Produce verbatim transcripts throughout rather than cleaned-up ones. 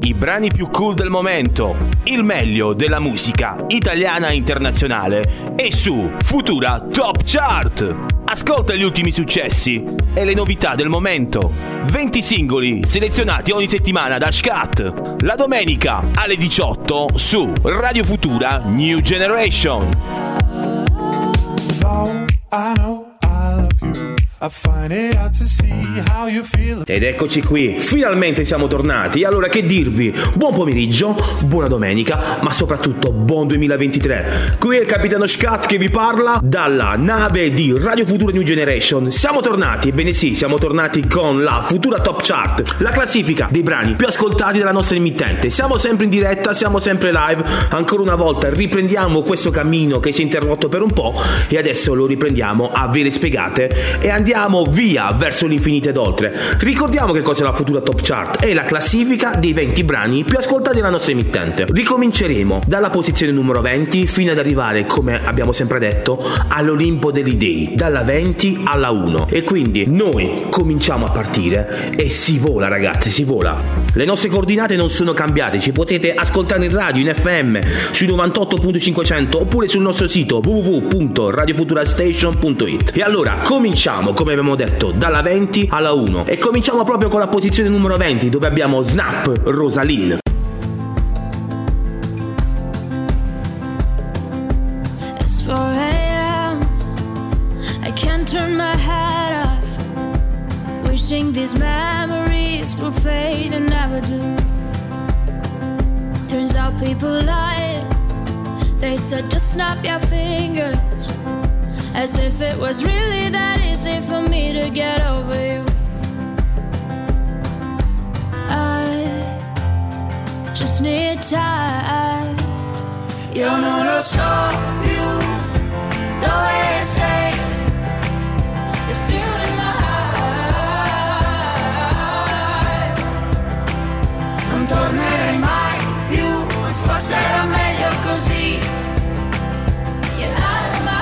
I brani più cool del momento, il meglio della musica italiana e internazionale è su Futura Top Chart. Ascolta gli ultimi successi e le novità del momento. venti singoli selezionati ogni settimana da Scat. La domenica alle diciotto su Radio Futura New Generation. I know I love you. I find it hard to see how you feel. Ed eccoci qui, finalmente siamo tornati. Allora, che dirvi? Buon pomeriggio, buona domenica, ma soprattutto buon duemilaventitré. Qui è il capitano Scat che vi parla dalla nave di Radio Futura New Generation. Siamo tornati, ebbene sì, siamo tornati con la Futura Top Chart, la classifica dei brani più ascoltati dalla nostra emittente. Siamo sempre in diretta, siamo sempre live. Ancora una volta riprendiamo questo cammino che si è interrotto per un po' e adesso lo riprendiamo a vele spiegate e andiamo Andiamo via verso l'infinito ed oltre. Ricordiamo che cos'è la Futura Top Chart: è la classifica dei venti brani più ascoltati dalla nostra emittente. Ricominceremo dalla posizione numero venti fino ad arrivare, come abbiamo sempre detto, all'Olimpo degli dei, dalla venti alla uno. E quindi noi cominciamo a partire e si vola, ragazzi, si vola. Le nostre coordinate non sono cambiate, ci potete ascoltare in radio, in F M, sui novantotto punto cinquecento oppure sul nostro sito w w w punto radio futura station punto it. E allora cominciamo, come abbiamo detto, dalla venti alla uno e cominciamo proprio con la posizione numero venti, dove abbiamo Snap, Rosaline. It's four a m I can't turn my head off, wishing these memories will fade and never do. Turns out people lie. They said just snap your fingers, as if it was really that easy for me to get over you. I just need time. Io non lo so più dove sei. You're still in my heart. Non tornerai mai più, forse era meglio così. You're out of my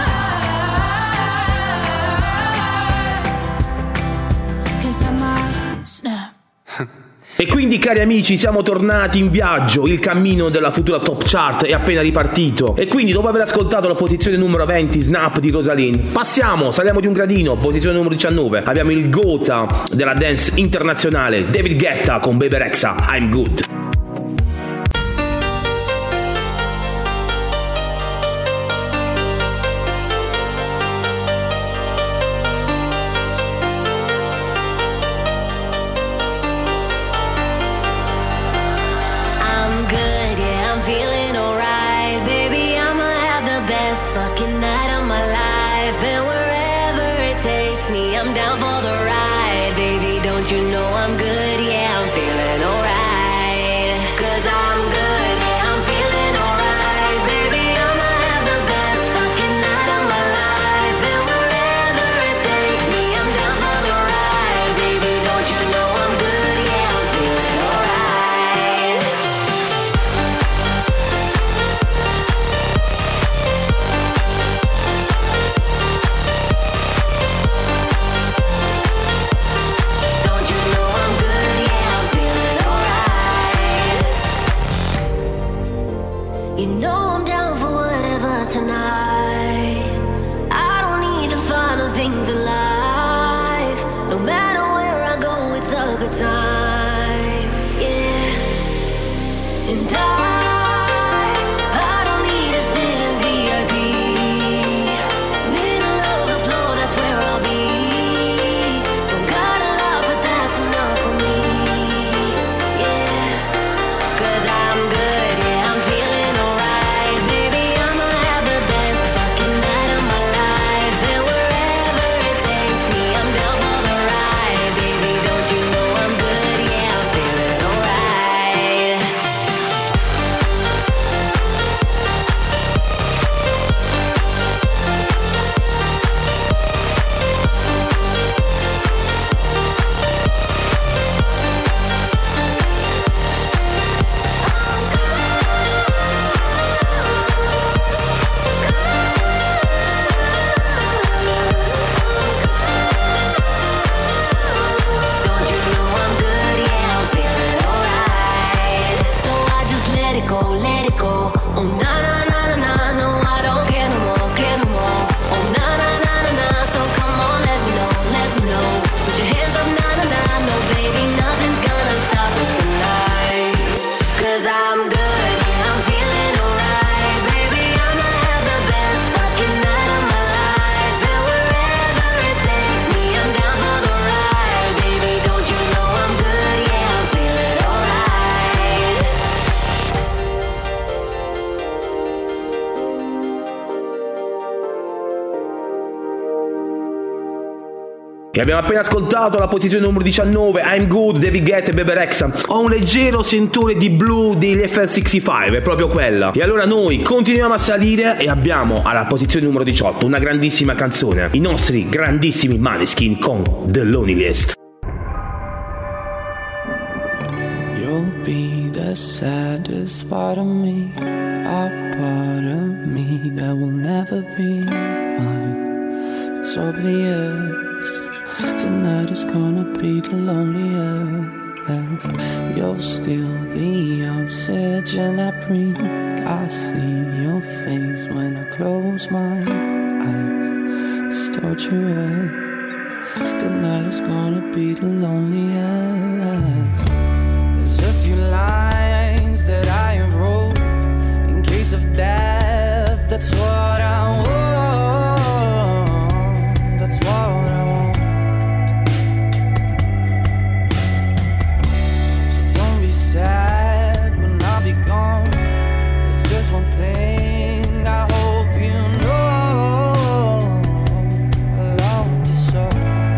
E quindi, cari amici, siamo tornati in viaggio. Il cammino della Futura Top Chart è appena ripartito. E quindi, dopo aver ascoltato la posizione numero venti, Snap di Rosaline, passiamo, saliamo di un gradino, posizione numero diciannove. Abbiamo il gota della dance internazionale, David Guetta con Bebe Rexha, I'm Good. I'm good. E abbiamo appena ascoltato la posizione numero diciannove, I'm Good, David Guetta e Bebe Rexha. Ho un leggero sentore di Blue degli F L sessantacinque, è proprio quella. E allora noi continuiamo a salire e abbiamo alla posizione numero diciotto una grandissima canzone, i nostri grandissimi Maneskin con The Loneliest. You'll be the saddest part of me, a part of me that will never be mine. It's obvious tonight is gonna be the loneliest. You're still the oxygen I breathe. I see your face when I close my eyes. It's torturous. Tonight is gonna be the loneliest. There's a few lines that I wrote in case of death. That's what I want. That's what I want. So don't be sad when I'll be gone. There's just one thing I hope you know. I love you so.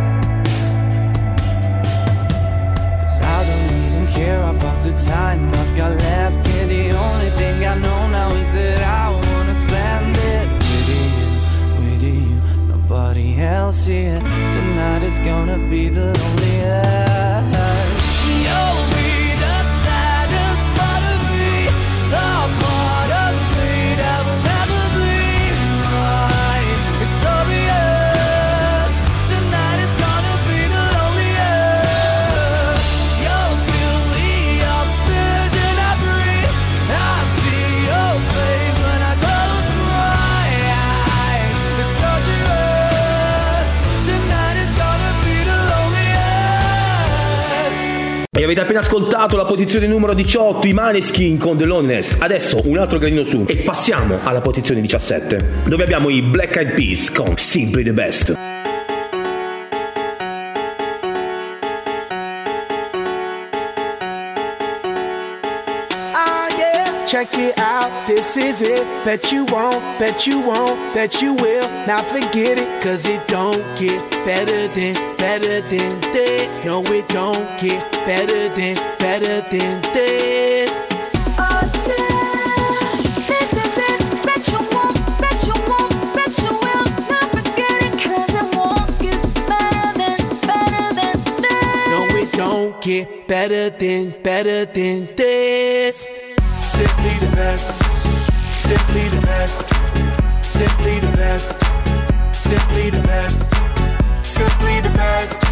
Cause I don't even care about the time I've got left here. The only thing I know now is that I wanna spend it with you, with you, nobody else here. Tonight is gonna be the loneliest. You'll be the saddest part of me, a part of me that will never be mine. It's obvious, tonight is gonna be the loneliest. You'll feel the oxygen I breathe. I see your face when I close my eyes. It's torturous, tonight is gonna be the loneliest. E avete appena ascoltato la posizione numero diciotto, i Maneskin con The Loneliest. Adesso un altro gradino su e passiamo alla posizione diciassette, dove abbiamo i Black Eyed Peas con Simply the Best. Ah, yeah, check it out, this is it. Bet you won't, bet you won't, bet you will. Now forget it, cause it don't get better than, better than this. No, it don't get better than, better than this. Oh, yeah, this is it. Bet you won't, bet you won't, bet you will. Not forget it, cause it won't get better than, better than this. No, it don't get better than, better than this. Simply the best, simply the best, simply the best, simply the best, simply the best,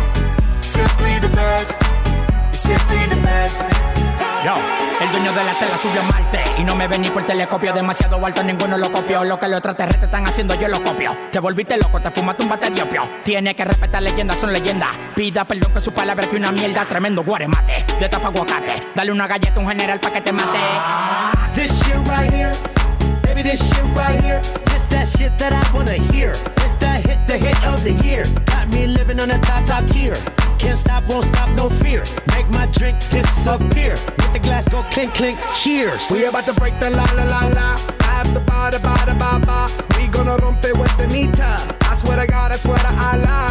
simply the best, simply the best. Yo, el dueño de la tela subió a Marte y no me ven ni por telescopio. Demasiado alto, ninguno lo copió. Lo que los extraterrestres están haciendo, yo lo copio. Te volviste loco, te fumaste un bate de opio. Tiene que respetar leyendas, son leyendas. Pida perdón que su palabra es que una mierda. Tremendo guaremate, de tapa aguacate. Dale una galleta a un general pa' que te mate. This shit right here, baby, this shit right here. This that shit that I wanna hear. This that hit, the hit of the year. Got me living on a top, top tier. Can't stop, won't stop, no fear. Make my drink disappear. Let the glass go clink, clink, cheers. We about to break the la la la la. I have the ba da ba da ba ba. We gonna rompe with the nita. I swear to God, I swear to Allah.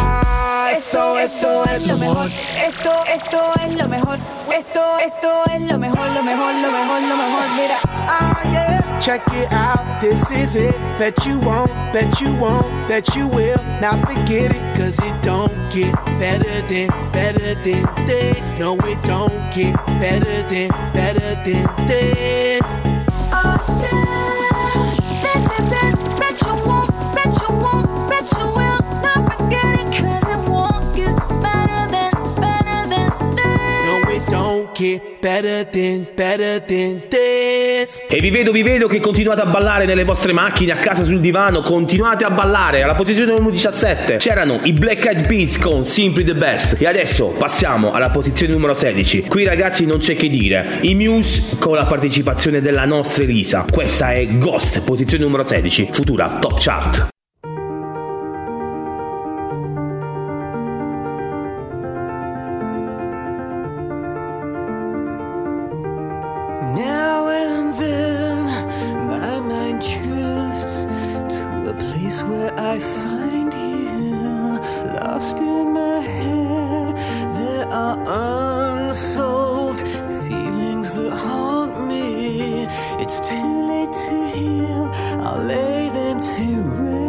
Ah, esto, esto es lo mejor. Esto, esto es lo mejor. Esto, esto es lo mejor, lo mejor, lo mejor, lo mejor. Mira. Ah, yeah, check it out, this is it. Bet you won't, bet you won't, bet you will. Now forget it, cause it don't get better than, better than this. No, it don't get better than, better than this. Oh, yeah, this is it. Bet you won't, bet you won't, bet you will. Not forget it, cause it won't get better than, better than this. No, it don't get better than, better than this. E vi vedo, vi vedo che continuate a ballare nelle vostre macchine, a casa sul divano, continuate a ballare. Alla posizione numero diciassette c'erano i Black Eyed Peas con Simply the Best. E adesso passiamo alla posizione numero sedici. Qui ragazzi non c'è che dire, i Muse con la partecipazione della nostra Elisa. Questa è Ghost, posizione numero sedici, futura top chart. Now and then my mind drifts to a place where I find you lost in are unsolved, feelings that haunt me. It's too late to heal, I'll lay them to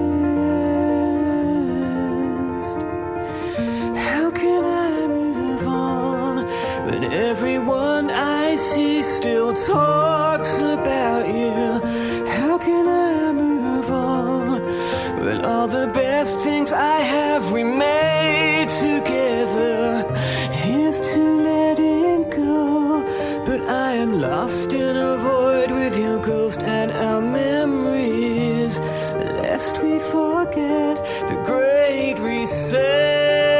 rest. How can I move on when everyone I see still talks about you? How can I move on when all the best things I have we made together? Here's to letting go, but I am lost in a void with your ghost and our memories, lest we forget the great reset.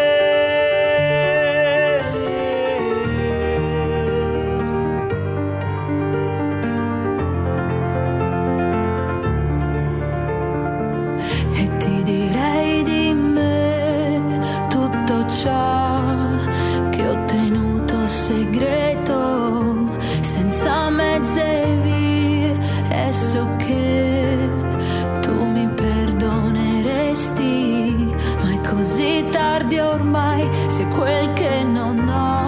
E ti direi di me tutto ciò che ho tenuto segreto, senza mezze vie, e so che tu mi perdoneresti, ma è così tardi ormai, se quel che non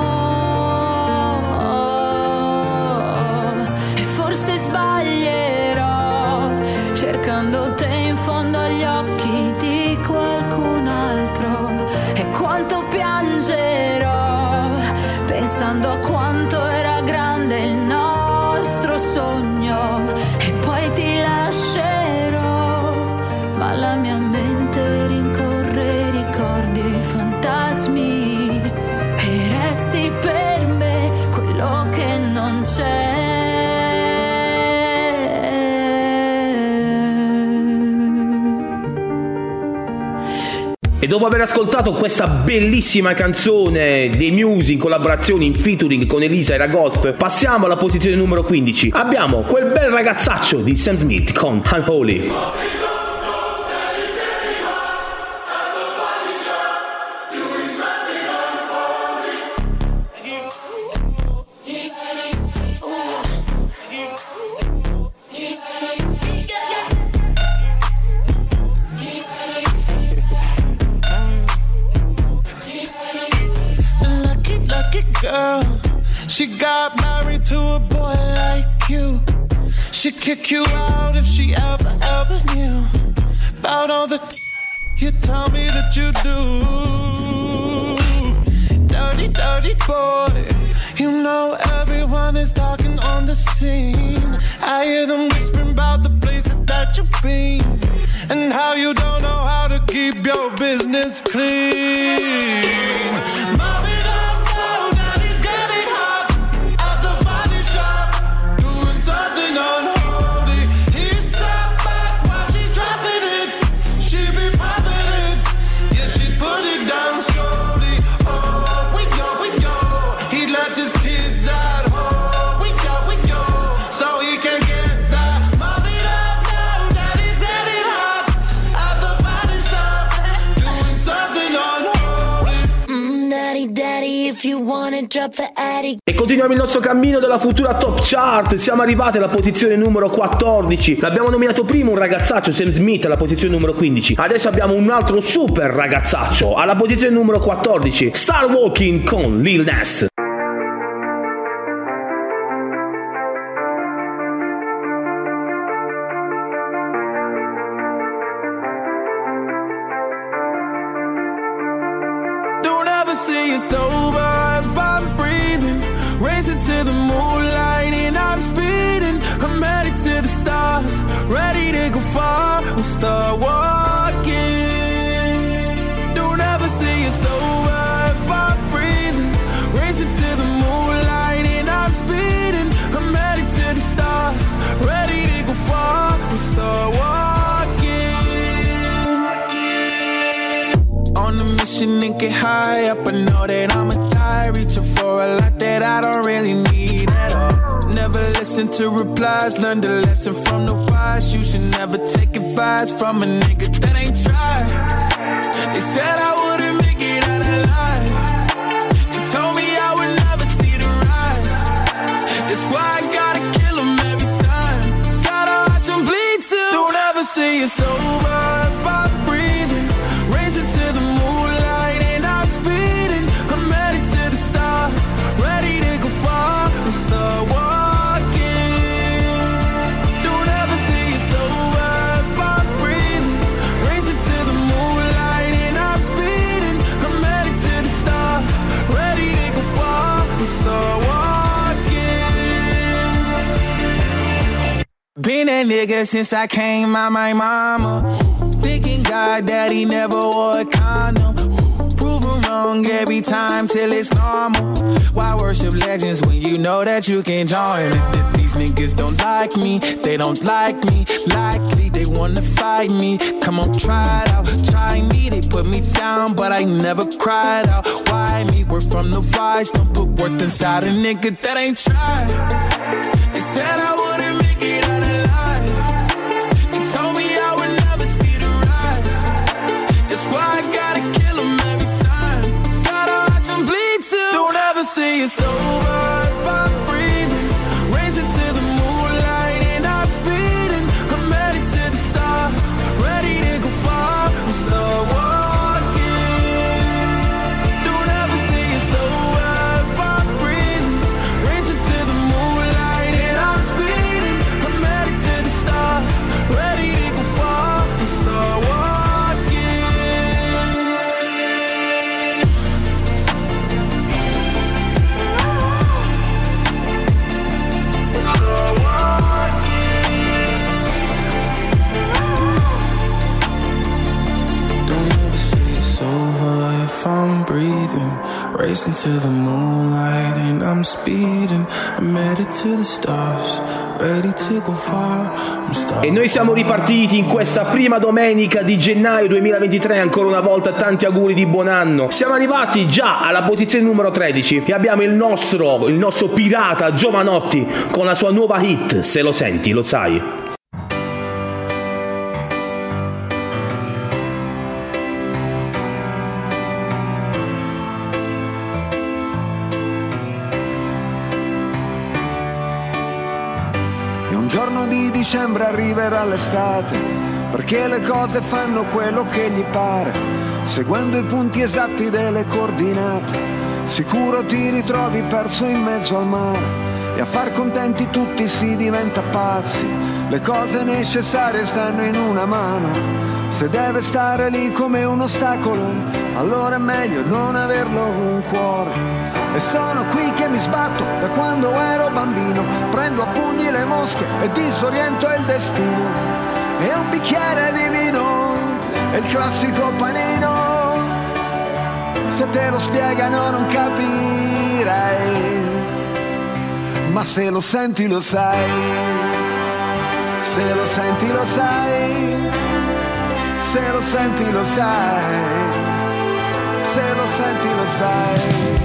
ho. E forse sbaglierò cercando te in fondo agli occhi di qualcun altro, e quanto piangerò pensando a quanto era grande il nostro sogno, e poi ti lascerò, ma la mia mente rincorre ricordi e fantasmi, e resti per me quello che non c'è. E dopo aver ascoltato questa bellissima canzone dei Muse in collaborazione in featuring con Elisa e Ragost, passiamo alla posizione numero quindici. Abbiamo quel bel ragazzaccio di Sam Smith con Unholy. Girl, she got married to a boy like you. She'd kick you out if she ever, ever knew about all the th- you tell me that you do. Dirty, dirty boy, you know everyone is talking on the scene. I hear them whispering about the places that you've been, and how you don't know how to keep your business clean. Mommy, e continuiamo il nostro cammino della futura top chart. Siamo arrivati alla posizione numero quattordici. L'abbiamo nominato prima un ragazzaccio, Sam Smith, alla posizione numero quindici. Adesso abbiamo un altro super ragazzaccio alla posizione numero quattordici, Star Walking con Lil Nas. Don't ever see you sober if I'm breathing. Racing to the moonlight and I'm speeding. I'm headed to the stars, ready to go far. I'm start walking. Don't ever see you sober if I'm breathing. Racing to the moonlight and I'm speeding. I'm headed to the stars, ready to go far. I'm start walking. On a mission and get high up, I know that I'ma die. Reaching for a lot that I don't really need at all. Never listen to replies, learn the lesson from the wise. You should never take advice from a nigga that ain't tried. They said I wouldn't make it out alive. They told me I would never see the rise. That's why I gotta kill them every time. Gotta watch them bleed too. Don't ever see you sober if I'm breathing. Racing to the moonlight and I'm speeding. I'm headed to the Been that nigga since I came out my mama. Thinking God that he never wore a condom. Proven wrong every time till it's normal. Why worship legends when you know that you can join? These niggas don't like me, they don't like me. Likely they wanna fight me. Come on, try it out, try me. They put me down, but I never cried out. Why me? We're from the wise, don't put worth inside a nigga that ain't tried. They said I wouldn't make it out alive. They told me I would never see the rise. That's why I gotta kill them every time. Gotta watch them bleed too. Don't ever say it's over if I'm breathing. Raise it to the moonlight and I'm speeding. I'm headed to the stars, ready to go far and start walking. Don't ever say it's over if I'm breathing. Raise it to the moonlight and I'm speeding. I'm headed to the stars, ready to go far and start walking. If I'm breathing, racing to the moonlight and I'm speeding. I'm headed to the stars, ready to go far. E noi siamo ripartiti in questa prima domenica di gennaio duemilaventitré. Ancora una volta tanti auguri di buon anno. Siamo arrivati già alla posizione numero tredici e abbiamo il nostro, il nostro pirata Giovanotti con la sua nuova hit, Se lo senti, lo sai. Un giorno di dicembre arriverà l'estate, perché le cose fanno quello che gli pare, seguendo i punti esatti delle coordinate. Sicuro ti ritrovi perso in mezzo al mare, e a far contenti tutti si diventa pazzi. Le cose necessarie stanno in una mano, se deve stare lì come un ostacolo, allora è meglio non averlo un cuore. E sono qui che mi sbatto da quando ero bambino, prendo a pugni le mosche e disoriento il destino. E un bicchiere di vino è il classico panino, se te lo spiegano non capirai, ma se lo senti lo sai. Se lo senti lo sai, se lo senti lo sai, se lo senti lo sai.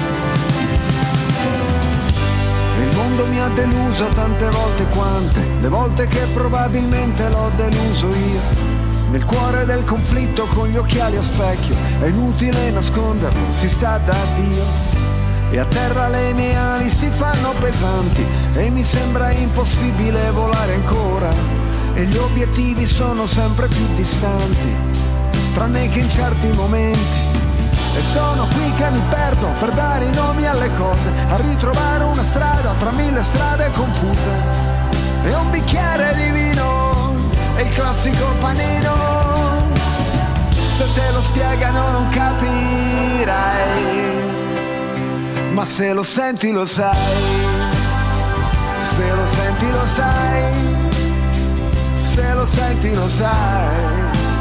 Il mondo mi ha deluso tante volte quante, le volte che probabilmente l'ho deluso io. Nel cuore del conflitto con gli occhiali a specchio, è inutile nasconderlo, si sta da Dio. E a terra le mie ali si fanno pesanti e mi sembra impossibile volare ancora. E gli obiettivi sono sempre più distanti, tranne che in certi momenti. E sono qui che mi perdo per dare i nomi alle cose, a ritrovare una strada tra mille strade confuse. E un bicchiere di vino è il classico panino, se te lo spiegano non capirai, ma se lo senti lo sai. Se lo senti lo sai, se lo senti lo sai.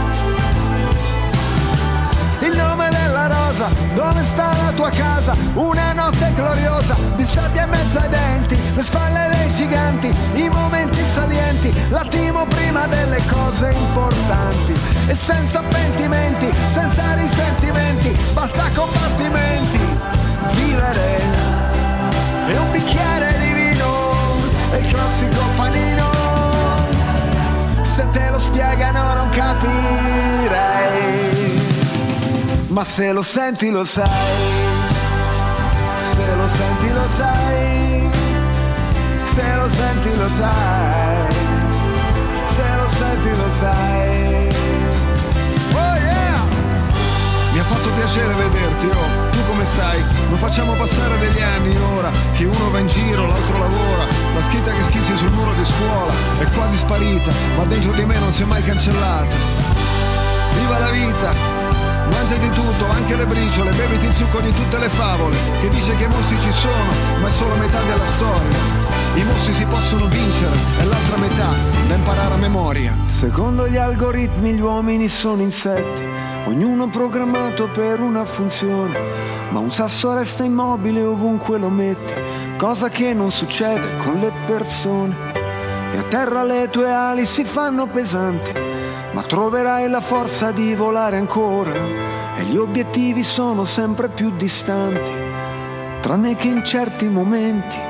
Il nome della rosa, dove sta la tua casa? Una notte gloriosa, di sabbia e mezzo ai denti, le spalle dei giganti, i momenti salienti, l'attimo prima delle cose importanti. E senza pentimenti, senza risentimenti, basta combattimenti, vivere. E un bicchiere di vino è il classico panino, se te lo spiegano non capirai, ma se lo senti lo sai. Se lo senti lo sai, se lo senti lo sai, se lo senti lo sai. Oh yeah! Mi ha fatto piacere vederti, oh, tu come stai? Non facciamo passare degli anni ora, che uno va in giro, l'altro lavora, la scritta che schissi sul muro di scuola è quasi sparita, ma dentro di me non si è mai cancellata. Viva la vita! Mangiati tutto, anche le briciole, beviti il succo di tutte le favole, che dice che i mostri ci sono, ma è solo metà della storia. I mostri si possono vincere e l'altra metà da imparare a memoria. Secondo gli algoritmi gli uomini sono insetti, ognuno programmato per una funzione, ma un sasso resta immobile ovunque lo metti, cosa che non succede con le persone. E a terra le tue ali si fanno pesanti, ma troverai la forza di volare ancora, e gli obiettivi sono sempre più distanti, tranne che in certi momenti.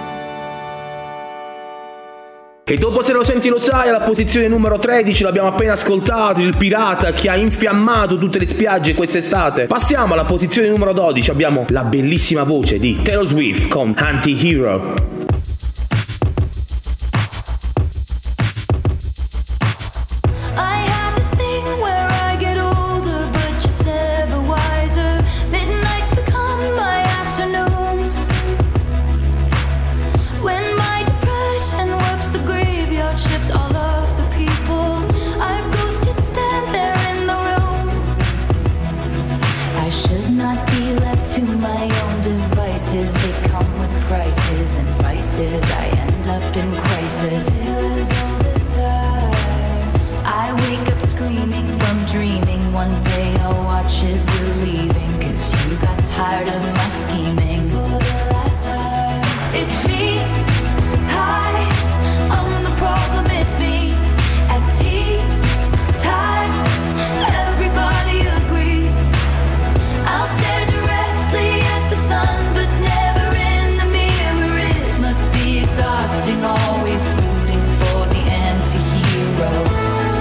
E dopo Se lo senti lo sai, alla posizione numero tredici, l'abbiamo appena ascoltato, il pirata che ha infiammato tutte le spiagge quest'estate. Passiamo alla posizione numero dodici, abbiamo la bellissima voce di Taylor Swift con Anti-Hero. I end up in crisis. I wake up screaming from dreaming. One day I'll watch as you're leaving, 'cause you got tired of my scheming. For the last time, it's me. Hi, I'm the problem, it's me. At tea time, everybody agrees. I'll stare directly at the sun, but never in the mirror. It must be exhausting, always rooting for the anti-hero.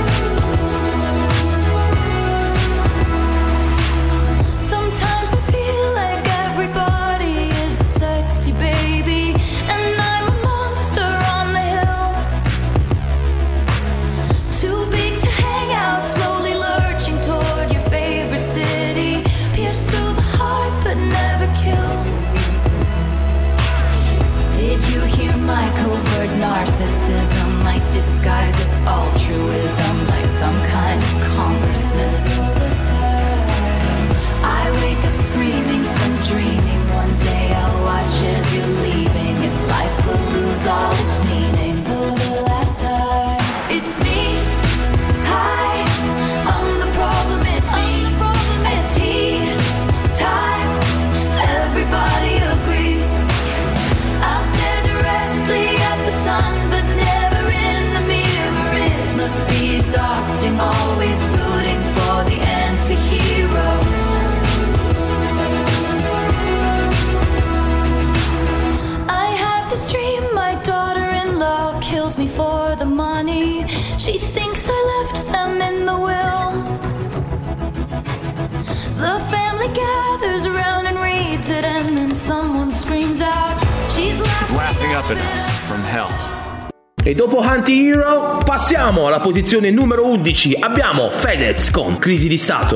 Sometimes I feel like everybody is a sexy baby, and I'm a monster on the hill. Too big to hang out, slowly lurching toward your favorite city. Pierced through the heart but never killed. Did you hear my covert narcissism? Like disguise as altruism, like some kind of consciousness. I wake up screaming from dreaming. One day I'll watch as you're leaving, and life will lose all its meaning. For the last time, it's me. Hi, I'm the problem, it's me. At tea time, everybody agrees. I'll stare directly at the sun, but never in the mirror. It must be exhausting, always rooting for the anti-hero. This dream, my daughter-in-law kills me for the money. She thinks I left them in the will. The family gathers around and reads it, and then someone screams out, she's laughing, laughing up at us from hell. E dopo Anti-Hero passiamo alla posizione numero undici. Abbiamo Fedez con Crisi di Stato.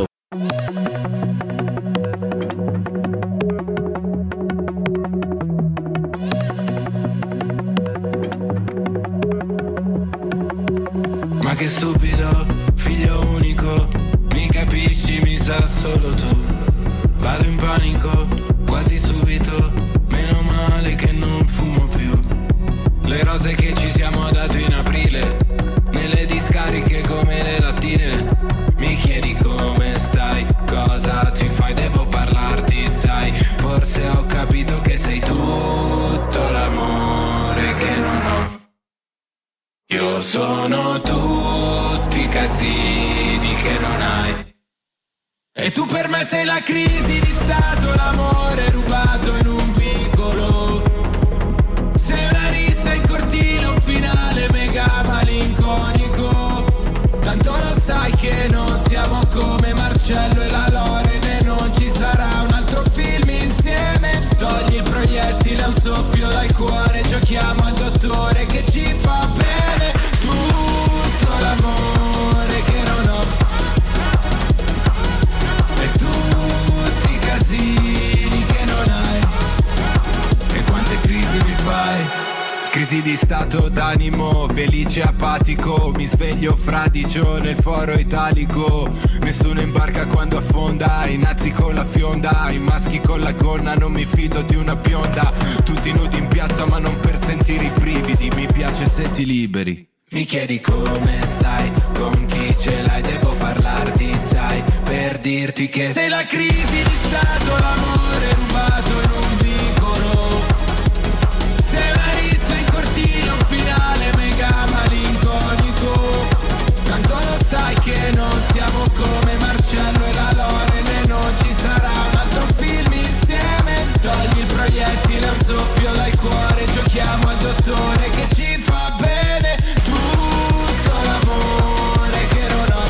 Ma che stupido, figlio unico, mi capisci, mi sa solo tu. Vado in panico, quasi subito, meno male che non fumo più. Le rose che ci siamo date in aprile, nelle discariche come le lattine. Mi chiedi come stai, cosa ti fai, devo parlarti, sai. Forse ho capito che sei tutto l'amore che non ho. Io sono tutti i casini che non hai. E tu per me sei la crisi di stato, l'amore rubato in un vicolo. Sei una rissa in cortile, un finale mega malinconico. Tanto lo sai che non siamo come Marcello e la Loren, e non ci sarà un altro film insieme. Togli il proiettile a un soffio dal cuore, giochiamo al dottore che ci fa bene. Tutto l'amore che non ho, e tutti i casini che non hai, e quante crisi mi fai. Crisi di stato d'animo, felice apatico. Mi sveglio fradicio nel foro italico. Nessuno imbarca quando affonda, i nazi con la fionda, i maschi con la gonna, non mi fido di una bionda. Tutti nudi in piazza ma non per sentire tiri i brividi, mi piace se ti liberi. Mi chiedi come stai, con chi ce l'hai, devo parlarti, sai, per dirti che sei la crisi di stato, l'amore rubato in un vicolo. Sei una rissa in cortile, un finale mega malinconico. Tanto lo sai che non siamo come Marcello e la Loren e non ci sarà un altro film insieme. Togli il proiettile, un soffio dal cuore, giochiamo al dottore che ci fa bene. Tutto l'amore che non ho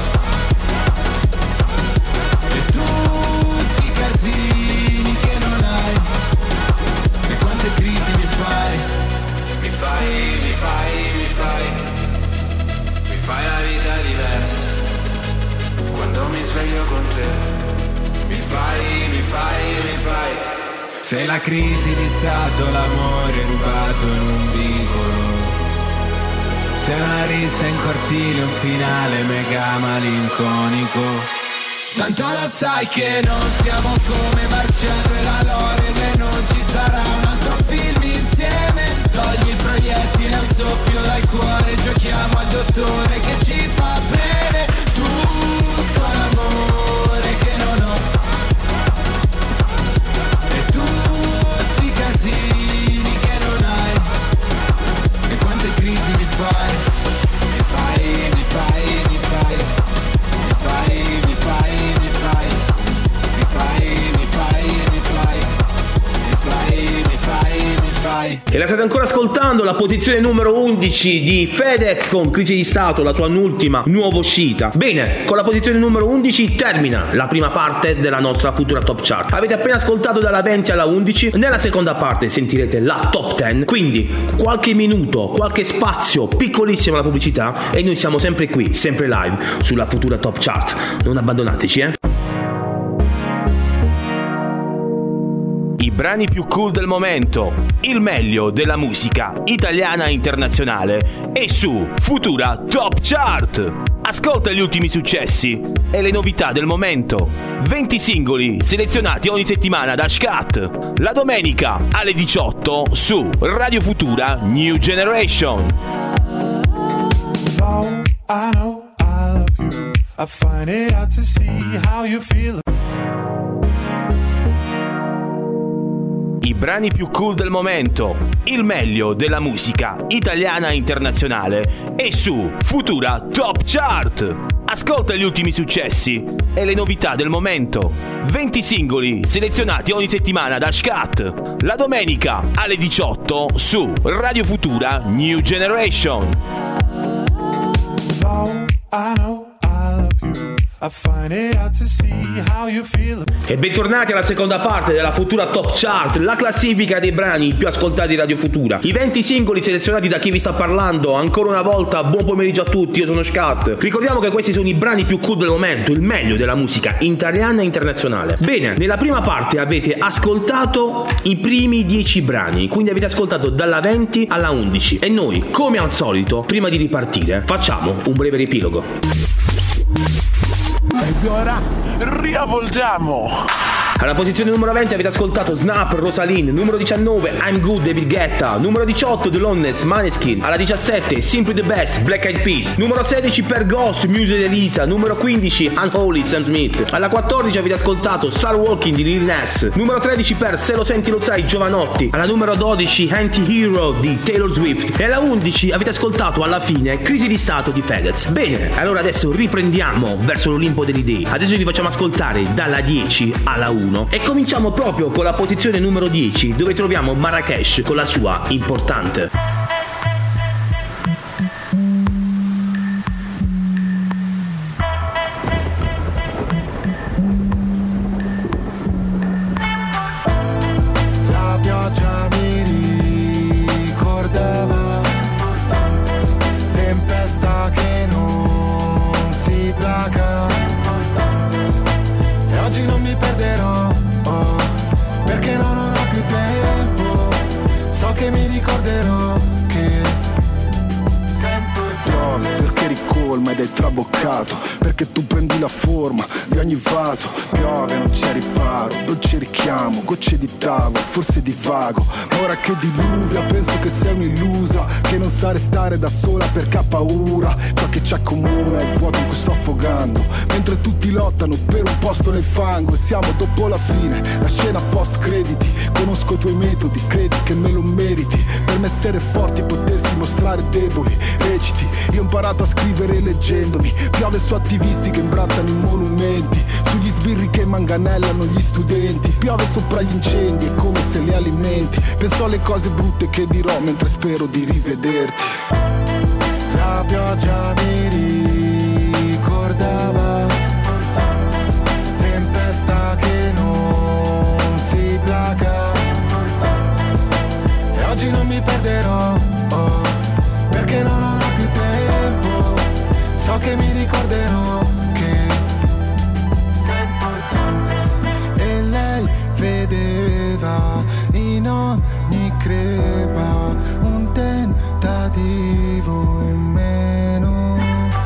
e tutti i casini che non hai. E quante crisi mi fai, mi fai, mi fai, mi fai, mi fai la vita diversa quando mi sveglio con te. Mi fai, mi fai, mi fai. Sei la crisi di stato, l'amore rubato in un vicolo. Sei una rissa in cortile, un finale mega malinconico. Tanto lo sai che non siamo come Marcello e la Loren e non ci sarà un altro film insieme. Togli il proiettile, un soffio dal cuore, giochiamo al dottore che ci fa bene. Tutto l'amore che non ho e tutti i casini che non hai. E quante crisi mi fai, mi fai, mi fai, mi fai, mi fai, mi fai, mi fai, mi fai, mi fai, mi fai, mi fai, mi fai, mi fai. E la state ancora ascoltando, la posizione numero undici di Fedez con Crisi di Stato, la sua ultima nuova uscita. Bene, con la posizione numero undici termina la prima parte della nostra futura top chart. Avete appena ascoltato dalla venti alla undici, nella seconda parte sentirete la top dieci, quindi qualche minuto, qualche spazio piccolissimo alla pubblicità e noi siamo sempre qui, sempre live sulla futura top chart. Non abbandonateci, eh. I brani più cool del momento, il meglio della musica italiana e internazionale è su Futura Top Chart. Ascolta gli ultimi successi e le novità del momento. venti singoli selezionati ogni settimana da Scat. La domenica alle diciotto su Radio Futura New Generation. Though I know I love you, I find it hard to see how you feel. I brani più cool del momento, il meglio della musica italiana e internazionale è su Futura Top Chart. Ascolta gli ultimi successi e le novità del momento. venti singoli selezionati ogni settimana da Scat. La domenica alle diciotto su Radio Futura New Generation. Though I know I love you, I find it hard to see how you feel. E bentornati alla seconda parte della Futura Top Chart, la classifica dei brani più ascoltati di Radio Futura. I venti singoli selezionati da chi vi sta parlando. Ancora una volta, buon pomeriggio a tutti, io sono Scat. Ricordiamo che questi sono i brani più cool del momento, il meglio della musica italiana e internazionale. Bene, nella prima parte avete ascoltato i primi dieci brani, quindi avete ascoltato dalla venti alla undici. E noi, come al solito, prima di ripartire, facciamo un breve riepilogo. Ed ora riavvolgiamo. Alla posizione numero venti avete ascoltato Snap, Rosaline. Numero diciannove, I'm Good, David Guetta. Numero diciotto, The Loneliness, Maneskin. Alla diciassette, Simply the Best, Black Eyed Peas. Numero sedici, Per Ghost, Muse Elisa. Numero quindici, Unholy, Sam Smith. Alla quattordici avete ascoltato Star Walking di Lil Nas. Numero tredici, Per Se lo senti lo sai, Giovanotti. Alla numero dodici, Anti-Hero di Taylor Swift. E alla undici avete ascoltato alla fine Crisi di Stato di Fedez. Bene, allora adesso riprendiamo verso l'Olimpo delle idee. Adesso vi facciamo ascoltare dalla dieci alla uno. E cominciamo proprio con la posizione numero dieci, dove troviamo Marrakesh con la sua Importante. La pioggia mi ricordava, tempesta che non si placa. E oggi non mi perderò, oh, perché no, non ho più tempo. So che mi ricorderò ed hai traboccato, perché tu prendi la forma di ogni vaso. Piove, non c'è riparo, dolce richiamo, gocce di tavolo, forse divago. Ma ora che diluvia penso che sei un'illusa, che non sa restare da sola perché ha paura. Ciò che ci accomuna è il vuoto in cui sto affogando, mentre tutti lottano per un posto nel fango. E siamo dopo la fine, la scena post crediti. Conosco i tuoi metodi, credi che me lo meriti. Per me essere forti potersi mostrare deboli. Reciti, io ho imparato a scrivere leggendomi. Piove su attivisti che imbrattano i monumenti, sugli sbirri che manganellano gli studenti. Piove sopra gli incendi, è come se li alimenti. Penso alle cose brutte che dirò mentre spero di rivederti. La pioggia mi ricordava, tempesta che non si placa. E oggi non mi perderò, oh, perché non ho più tempo. So che mi ricorderò che sei importante. E lei vedeva in ogni crepa un tentativo in meno,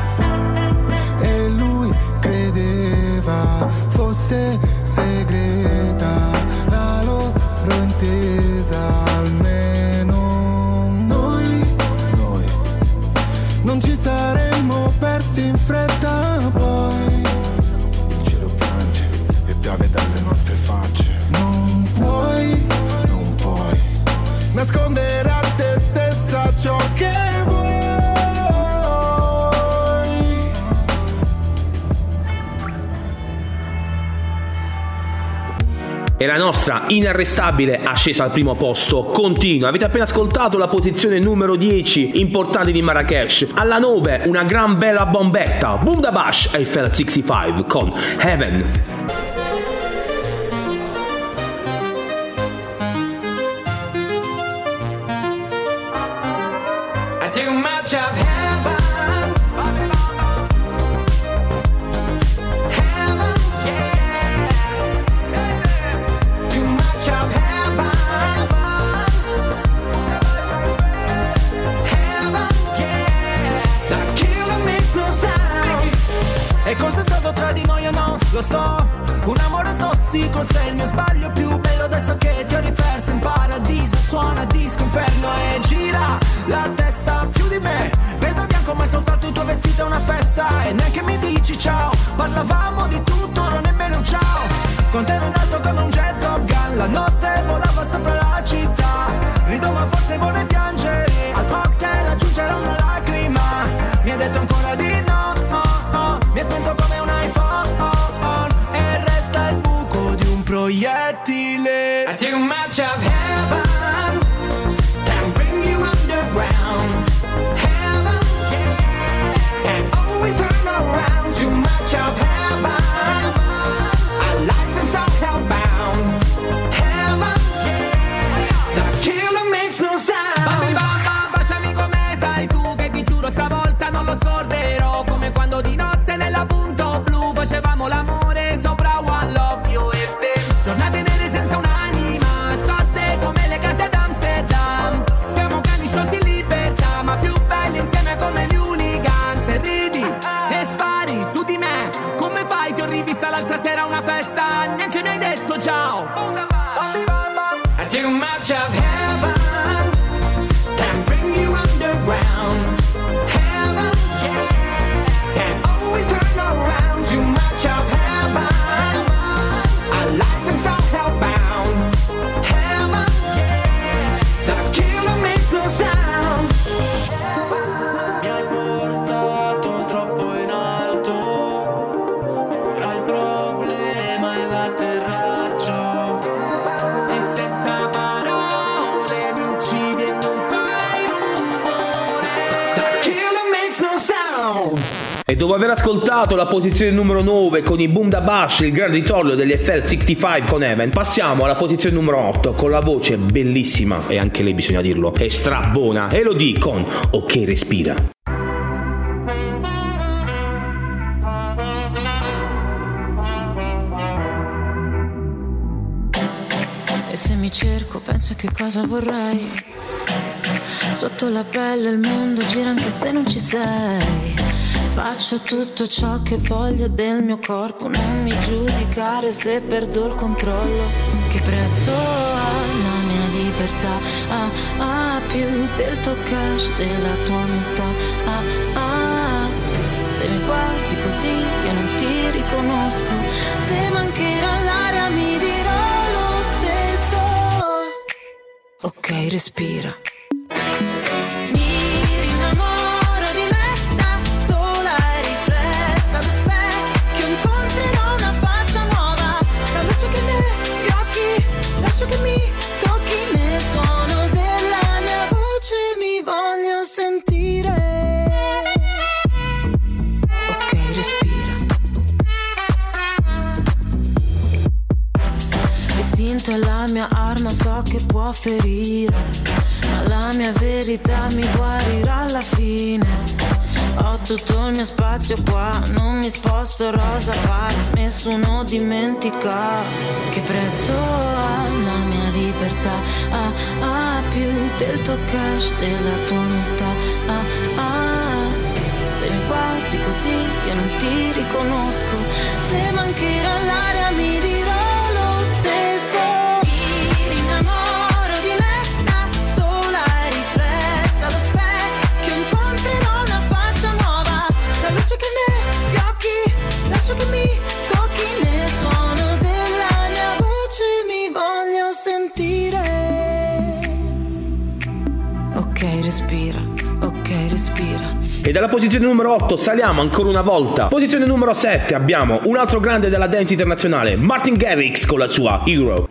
e lui credeva fosse segreta la loro intesa. Almeno noi, noi non ci saremmo persi in fretta. Poi il cielo piange e piove dalle nostre facce. Non puoi, non puoi nascondere a te stessa ciò che vuoi. E la nostra inarrestabile ascesa al primo posto continua. Avete appena ascoltato la posizione numero dieci, Importanti di Marrakesh. Alla nove una gran bella bombetta, Boom Da Bash e Eiffel sessantacinque con Heaven. Too much of heaven, heaven, yeah. Too much of heaven, heaven, yeah. The killer makes no sound. E cosa è stato tra di noi o no? Lo so, un amore tossico, sei il mio sbaglio più bello. Adesso che ti ho riperso in paradiso, suona disco inferno e gira la testa più di me. Vedo bianco ma è soltanto il tuo vestito è una festa. E neanche mi dici ciao, parlavamo di tutto, non nemmeno un ciao. Con te ero in alto come un jet Top Gun, la notte volava sopra la città. Rido ma forse vorrei piangere, al cocktail aggiungere una lacrima. Mi hai detto ancora di no, oh, oh. Mi hai spento come un iPhone, oh, oh. E resta il buco di un proiettile. Too much of heaven can bring you underground. Heaven, yeah, can always turn around. Too much of heaven, our life is all hellbound. Heaven, yeah, the killer makes no sound. Bambini bamba, baciami come sai tu, che ti giuro stavolta non lo scorderò. Come quando di notte nella punto blu facevamo l'amore sopra One Love, io e te. Giornate nere senza un'anima, storte come le case ad Amsterdam. Siamo cani sciolti in libertà, ma più belli insieme come gli hooligans. E ridi e spari su di me, come fai? Ti ho rivista l'altra sera a una festa, neanche mi hai detto ciao. Too much of heaven can bring you underground. Heaven, yeah, can always turn around. Too much of heaven, our life is all hellbound. Heaven, yeah, the killer makes no sound. Mi hai portato troppo in alto, ora il problema è l'atterraggio. E senza parole mi uccidi e non fai rumore. The killer makes no sound. E dopo aver ascoltato la posizione numero nove con i Boom Da Bash, il gran ritorno degli Eiffel sessantacinque con Heaven, passiamo alla posizione numero otto con la voce bellissima, e anche lei bisogna dirlo, è strabuona, Elodie con Ok Respira. E se mi cerco penso a che cosa vorrei. Sotto la pelle il mondo gira anche se non ci sei. Faccio tutto ciò che voglio del mio corpo, non mi giudicare se perdo il controllo. Che prezzo ha la mia libertà? Ah, ah, più del tuo cash, della tua umiltà. Ah, ah, se mi guardi così io non ti riconosco. Se mancherà l'aria mi dirò lo stesso. Ok, respira. Che mi tocchi nel suono della mia voce, mi voglio sentire. Ok, respira. L'istinto è la mia arma, so che può ferire, ma la mia verità mi guarirà alla fine. Ho tutto il mio spazio qua, non mi sposto rosa pari, nessuno dimentica. Che prezzo ha la mia libertà? Ah, ah, più del tuo cash, della tua umiltà. Ah, ah, se mi guardi così io non ti riconosco. Se mancherà l'aria mi dirò lo stesso. Mi innamoro di me da sola e riflessa allo specchio, incontrerò una faccia nuova, la luce che negli occhi, lascio che mi tocchi nel suono della mia voce, mi voglio sentire. Ok, respira, ok, respira. E dalla posizione numero otto saliamo ancora una volta. Posizione numero sette abbiamo un altro grande della dance internazionale, Martin Garrix con la sua Hero.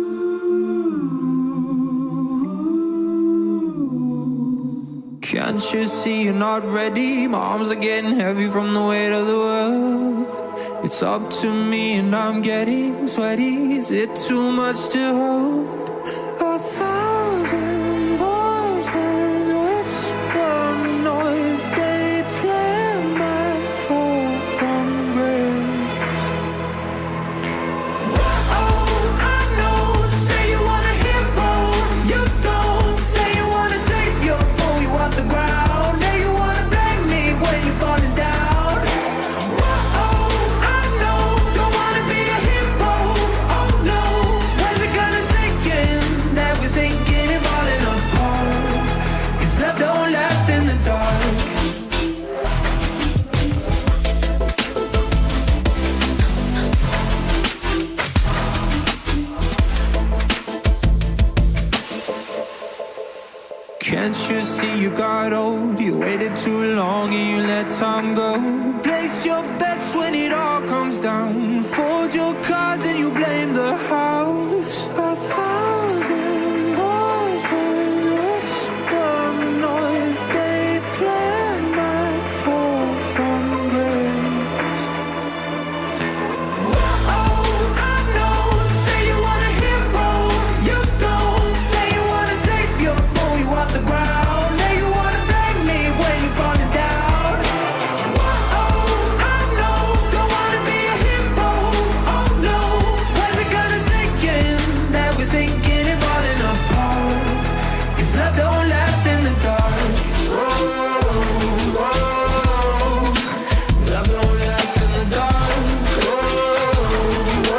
Can't you see you're not ready? My arms are getting heavy from the weight of the world. It's up to me and I'm getting sweaty. Is it too much to hold? A thousand voices whisper noise, they play my fall from grace. Oh, I know, say you want a hero, you don't. Say you wanna save your boy, you want the ground. Now you wanna blame me when you're falling down. Oh, I know, don't wanna be a hero. Oh no, when's it gonna sink in that we're sinking and falling apart? 'Cause love don't last in the dark. Can't you see you got old? You waited too long and you let time go. Place your bets when it all comes down. Fold your cards and you blame the house. A thousand voices whisper noise, they play my fall from grace. Oh, I know, say you want a hero, you don't. Say you wanna save your boy, you want the ground. Now you wanna blame me when you're falling down. Oh, I know, don't wanna be a hero. Oh no, when's it gonna sink in that we're sinking and falling apart? 'Cause love don't last in the dark. Oh, oh, love don't last in the dark. Oh,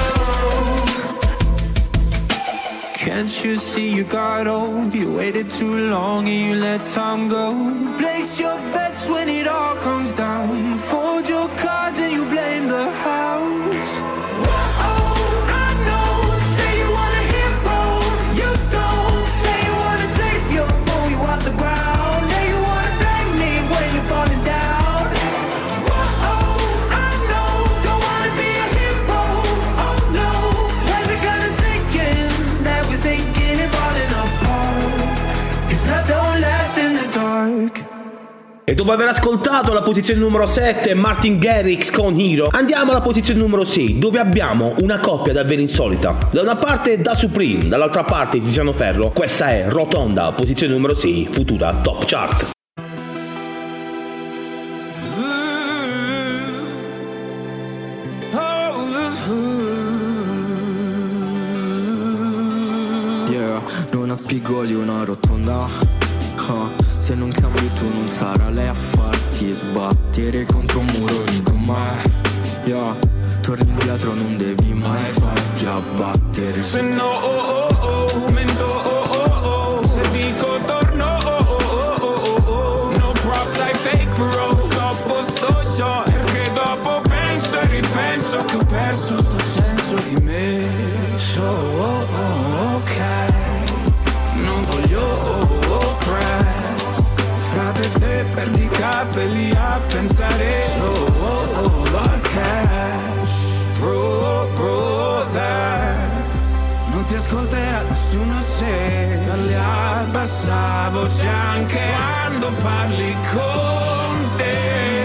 oh. Can't you see you got old? You waited too long and you let time go. Place your bets when it all comes down. Fold your cards and you blame the house. Oh, I know, say you want a hero, you don't. Say you wanna save your boy, you want the ground. Now you wanna blame me when you're falling down. Oh, I know, don't wanna be a hero. Oh no, when's it gonna sink in that we're sinking and falling apart? 'Cause love don't last in the dark. E dopo aver ascoltato la posizione numero sette, Martin Garrix con Hero, andiamo alla posizione numero sei, dove abbiamo una coppia davvero insolita. Da una parte Da Supreme, dall'altra parte Tiziano Ferro. Questa è Rotonda, posizione numero sei, futura top chart. Yeah, non ha spigoli una rotonda. Ah, Se non cambi tu non sarà lei a farti sbattere contro un muro di gomma. Yeah, torni indietro non devi mai farti abbattere. Se no oh oh oh, mento oh oh oh. Se dico torno oh oh oh oh oh. No props I fake bro, stoppo sto già. Perché dopo penso e ripenso che ho perso sto senso di me. So oh oh ok, non voglio oh oh press. Frate te perdi i capelli a pensare. So oh oh la cash, bro brother. Non ti ascolterà nessuno se parli a bassa voce anche quando parli con te.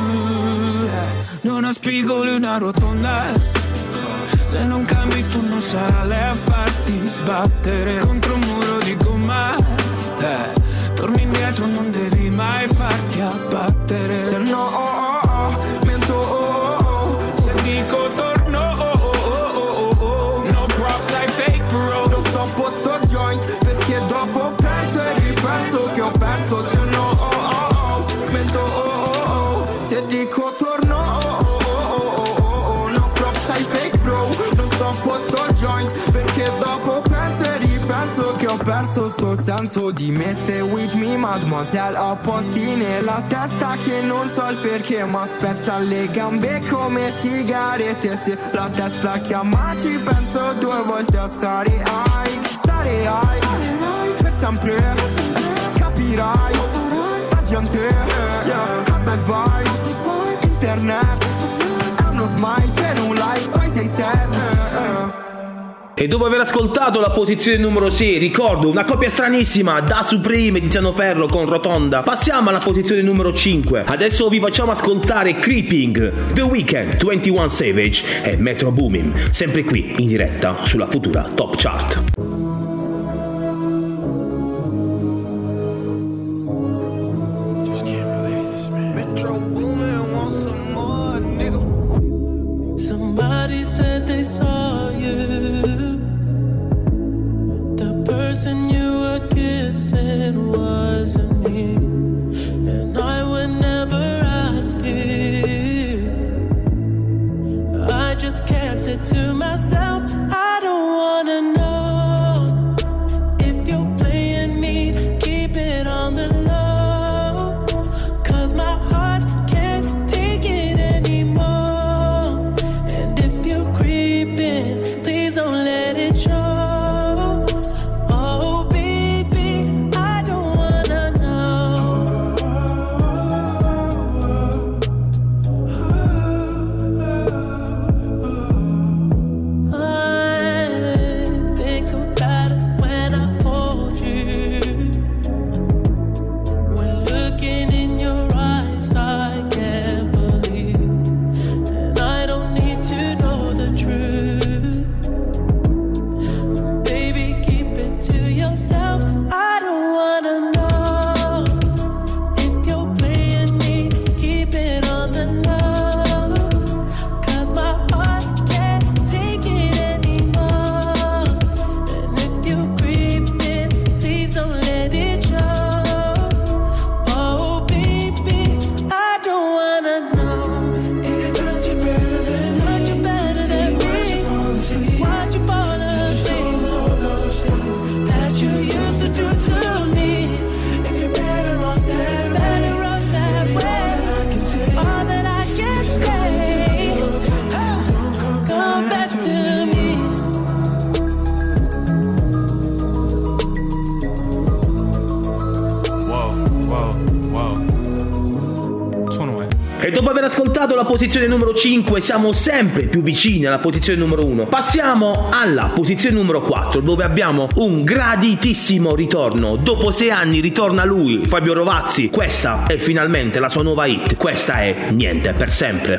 Non ha spigoli una rotonda. Se non cambi tu non sarà lei a farti sbattere contro un muro di gomma. Eh, torni indietro non devi mai farti abbattere. Se no oh oh oh, mento oh oh oh. Se dico torno oh oh oh oh oh. No props I fake bro. Non stoppo sto joint perché dopo penso e ripenso che ho perso. Se no oh oh oh, mento oh oh oh. Se dico torno oh oh oh oh oh. No props I fake bro. Non stoppo sto joint perché dopo penso e ripenso che ho perso sto senso di me. Stay with me mademoiselle, ho posti nella testa che non so il perché, ma spezza le gambe come sigarette. Se la testa chiama ci penso due volte a stare ai, stare ai, per sempre, capirai, sta gente, yeah, ha bad vibes, internet, è uno smile per un like, poi sei sad. E dopo aver ascoltato la posizione numero sei, ricordo una coppia stranissima, Da Supreme di Tiziano Ferro con Rotonda, passiamo alla posizione numero cinque. Adesso vi facciamo ascoltare Creeping, The Weeknd, ventuno Savage e Metro Boomin, sempre qui in diretta sulla Futura Top Chart. Somebody said they saw you. Person you were kissing wasn't me, and I would never ask you. I just kept it to myself. I don't wanna know if you're playing me. Keep it on the low, 'cause my heart can't take it anymore. And if you're creeping, please don't let it show. E dopo aver ascoltato la posizione numero cinque siamo sempre più vicini alla posizione numero uno. Passiamo alla posizione numero quattro, dove abbiamo un graditissimo ritorno. Dopo sei anni ritorna lui, Fabio Rovazzi. Questa è finalmente la sua nuova hit. Questa è Niente per sempre.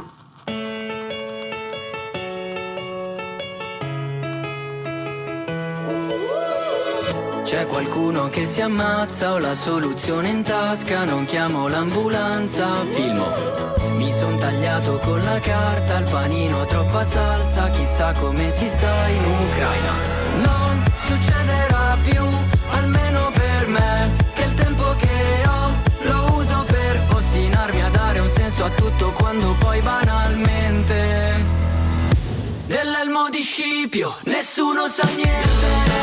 C'è qualcuno che si ammazza, ho la soluzione in tasca, non chiamo l'ambulanza, filmo. Mi son tagliato con la carta, il panino a troppa salsa, chissà come si sta in Ucraina. Non succederà più, almeno per me, che il tempo che quando poi banalmente dell'elmo di Scipio nessuno sa niente.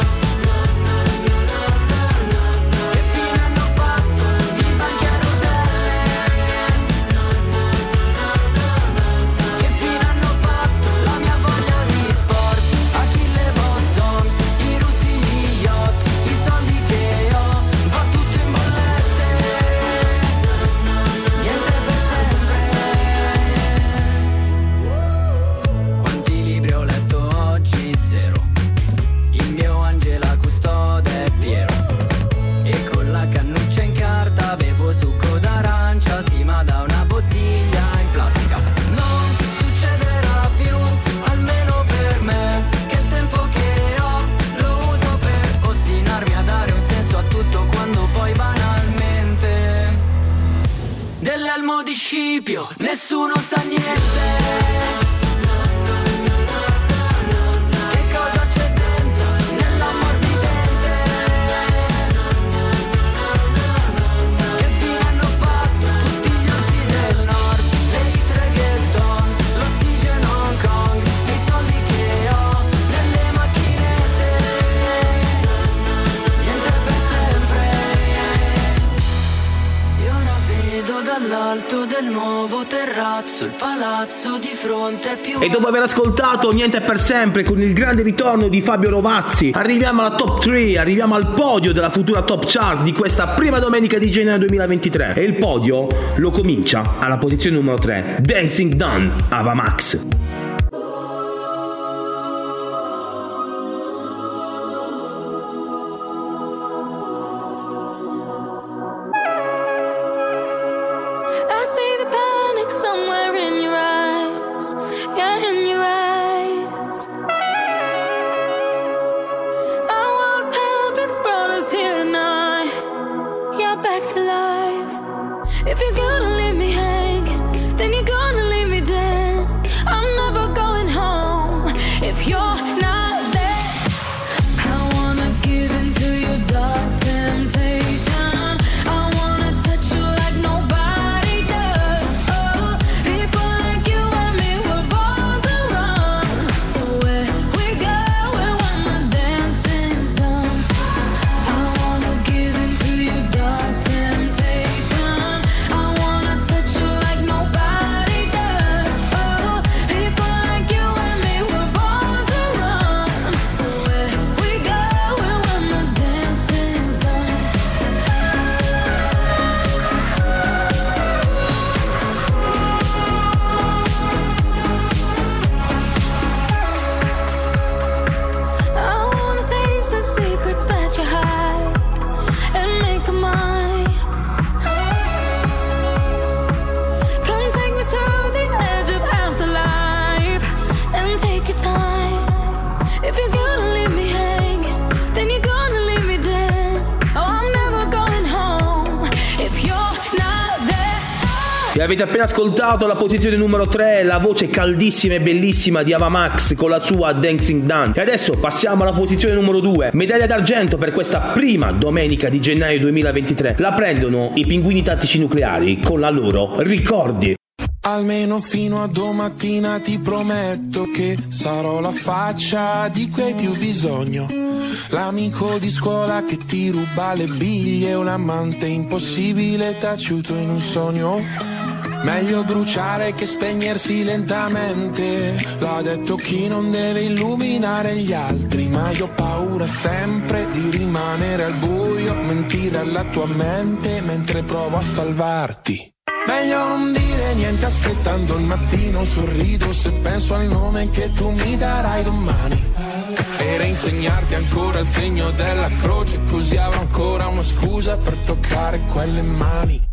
Succo d'arancia, sì, ma da una bottiglia in plastica. Non succederà più, almeno per me, che il tempo che ho lo uso per ostinarmi a dare un senso a tutto quando poi banalmente dell'elmo di Scipio nessuno sa niente. Dall'alto del nuovo terrazzo, il palazzo di fronte è più. E dopo aver ascoltato Niente per sempre con il grande ritorno di Fabio Rovazzi, arriviamo alla top tre, arriviamo al podio della futura top chart di questa prima domenica di gennaio duemilaventitré. E il podio lo comincia alla posizione numero tre, Dancing Done, Ava Max. If you're gonna leave me hanging, then you're gonna leave me dead. I'm never going home if you're not there. I wanna give into your dark temptation. I wanna touch you like nobody does. Oh, people like you and me were born to run. So where we go when the dancing's done. I wanna give into your dark temptation. If you're gonna leave me hanging, then you're gonna leave me dead. Oh, I'm never going home if you're not there. E avete appena ascoltato la posizione numero tre, la voce caldissima e bellissima di Ava Max con la sua Dancing Done. E adesso passiamo alla posizione numero due, medaglia d'argento per questa prima domenica di gennaio duemilaventitré. La prendono i Pinguini Tattici Nucleari con la loro Ricordi. Almeno fino a domattina ti prometto che sarò la faccia di cui hai più bisogno. L'amico di scuola che ti ruba le biglie, un amante impossibile taciuto in un sogno. Meglio bruciare che spegnersi lentamente, l'ha detto chi non deve illuminare gli altri. Ma io ho paura sempre di rimanere al buio, mentire alla tua mente mentre provo a salvarti. Meglio non dire niente aspettando il mattino, sorrido se penso al nome che tu mi darai domani. E reinsegnarti ancora il segno della croce, così avrò ancora una scusa per toccare quelle mani.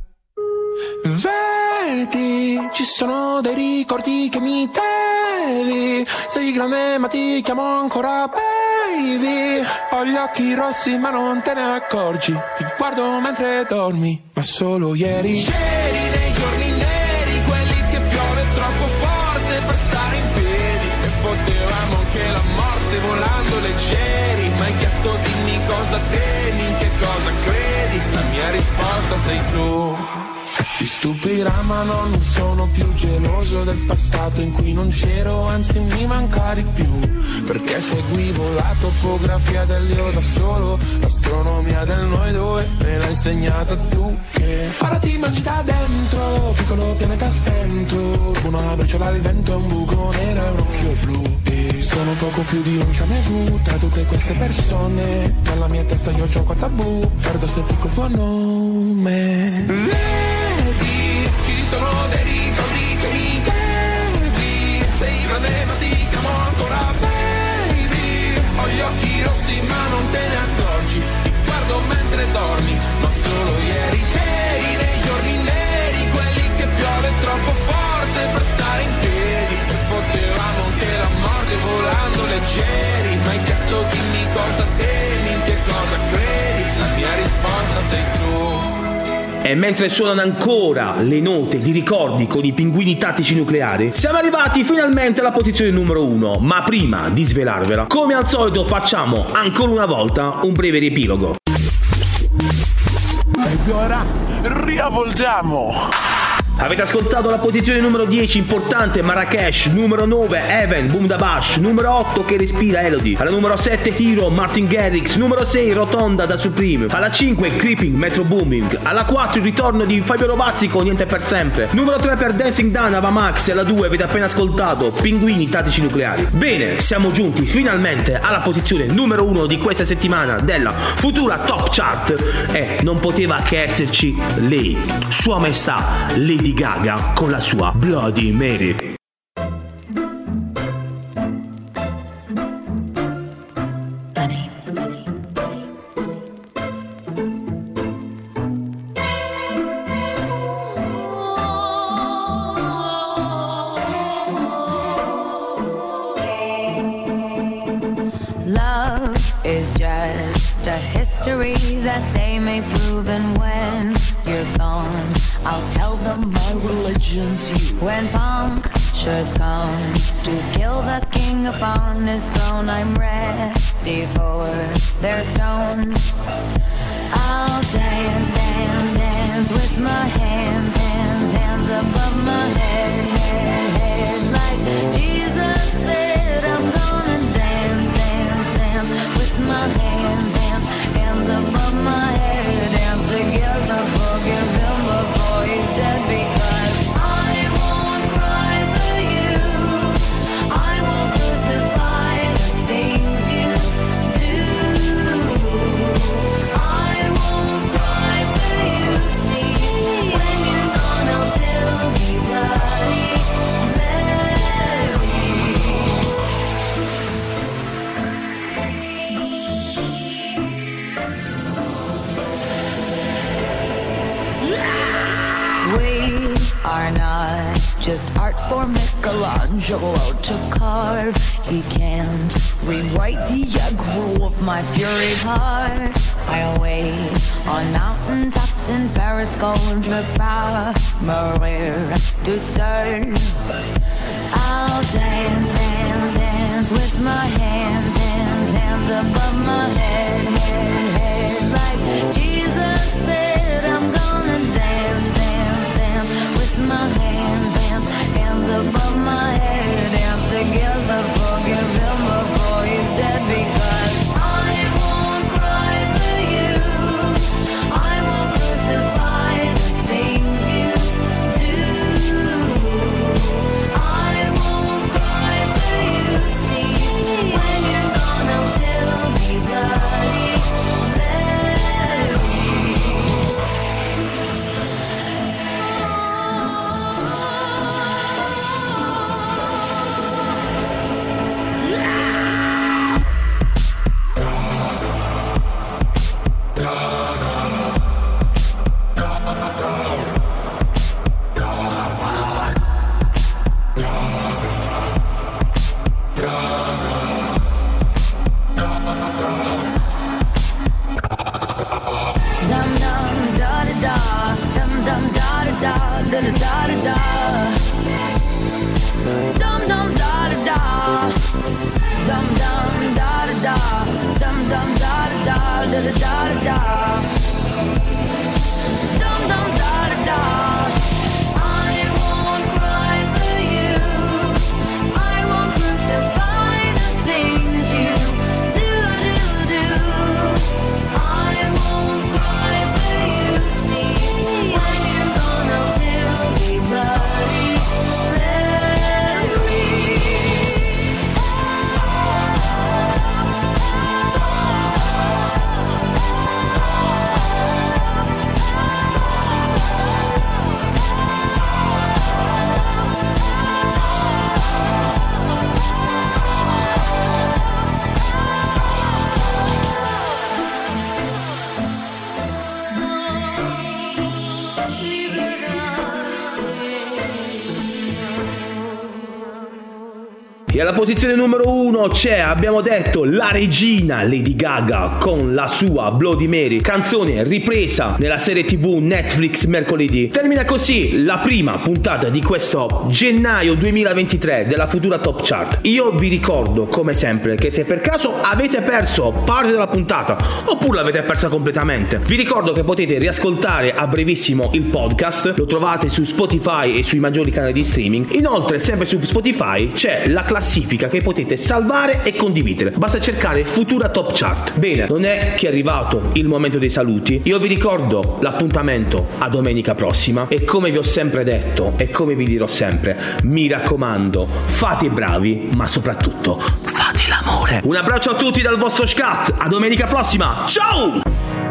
Vedi, ci sono dei ricordi che mi devi. Sei grande ma ti chiamo ancora baby. Ho gli occhi rossi ma non te ne accorgi. Ti guardo mentre dormi, ma solo ieri. Ieri nei giorni neri, quelli che piove troppo forte per stare in piedi. E potevamo anche la morte volando leggeri. Ma hai chiesto dimmi cosa temi, in che cosa credi. La mia risposta sei tu. Ti stupirà ma no, non sono più geloso del passato in cui non c'ero, anzi mi manca di più, perché seguivo la topografia dell'io da solo, l'astronomia del noi due me l'hai insegnata tu, che ora ti mangi da dentro, piccolo pianeta spento, una briciola al vento e un buco nero e un occhio blu, e sono poco più di un jamais vu tra tutte queste persone, nella mia testa io c'ho qua tabù, perdo se dico il tuo nome. Vedi, ci sono dei ricordi che mi devi, sei grande ma ti chiamo ancora baby, ho gli occhi rossi ma non te ne accorgi, ti guardo mentre dormi, ma solo ieri c'eri nei giorni neri, quelli che piove troppo forte per stare in piedi, e potevamo anche la morte volando leggeri, ma hai chiesto dimmi cosa temi, in che cosa credi, la mia risposta sei tu. E mentre suonano ancora le note di ricordi con i pinguini tattici nucleari, siamo arrivati finalmente alla posizione numero uno. Ma prima di svelarvela, come al solito facciamo ancora una volta un breve riepilogo. Ed ora riavvolgiamo. Avete ascoltato la posizione numero dieci, importante, Marrakesh. Numero nove, Even, Boom Da Bash. Numero otto, Che Respira, Elodie. Alla numero sette, Hero, Martin Garrix. Numero sei, Rotonda, da Supreme. Alla cinque, Creeping, Metro Booming. Alla quattro, il ritorno di Fabio Rovazzi con Niente per sempre. Numero tre per Dancing Dan, Ava Max. E alla due avete appena ascoltato Pinguini Tattici Nucleari. Bene, siamo giunti finalmente alla posizione numero uno di questa settimana della futura Top Chart. E non poteva che esserci lei, Sua Maestà Lady Gaga con la sua Bloody Mary. Love is just a history that they may prove, and when you're gone, I'll tell them my religion's you. When punctures come to kill the king upon his throne, I'm ready for their stones. I'll dance, dance, dance with my hands, hands, hands above my head, head, head, like Jesus said. I'm gonna dance, dance, dance with my hands, hands, hands above my head, dance together, forgive him before he's dead, because I won't cry for you, I won't crucify the things you do, I won't cry for you, see, when you're gone I'll still be bloody We are not just art for Michelangelo to carve. He can't rewrite the aggro of my fury heart. I'll wait on mountain tops in Paris, gold drip power, Maria to turn. I'll dance, dance, dance with my hands, hands, hands above my head, head, head, like Jesus said. I'm gonna dance, dance, dance with my hands, hands, hands above my head, dance together, forgive him before he's dead, because I won't cry for you, I won't crucify the things you do, I won't cry for you, see, when you're gone I'll still be bloody Dum dum da da da, dum dum da da da, da da da da da. Dum dum da da da, dum dum da da da, dum dum da da da, da da da da. Dum dum da da da. E alla posizione numero uno c'è, abbiamo detto, la regina Lady Gaga con la sua Bloody Mary, canzone ripresa nella serie tv Netflix mercoledì. Termina così la prima puntata di questo gennaio duemilaventitré della Futura Top Chart. Io vi ricordo come sempre che se per caso avete perso parte della puntata oppure l'avete persa completamente, vi ricordo che potete riascoltare a brevissimo il podcast, lo trovate su Spotify e sui maggiori canali di streaming. Inoltre sempre su Spotify c'è la classifica che potete salvare e condividere, basta cercare Futura Top Chart. Bene, non è che è arrivato il momento dei saluti, io vi ricordo l'appuntamento a domenica prossima e come vi ho sempre detto e come vi dirò sempre, mi raccomando, fate i bravi ma soprattutto fate l'amore. Un abbraccio a tutti dal vostro Scat, a domenica prossima, ciao!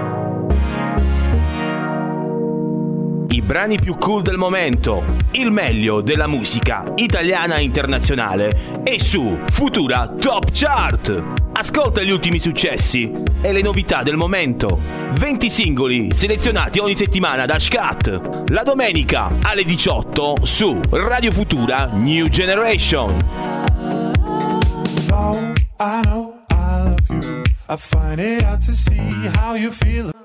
I brani più cool del momento, il meglio della musica italiana e internazionale è su Futura Top Chart. Ascolta gli ultimi successi e le novità del momento. venti singoli selezionati ogni settimana da Scat. La domenica alle diciotto su Radio Futura New Generation. Though I know I love you, I find it hard to see how you feel.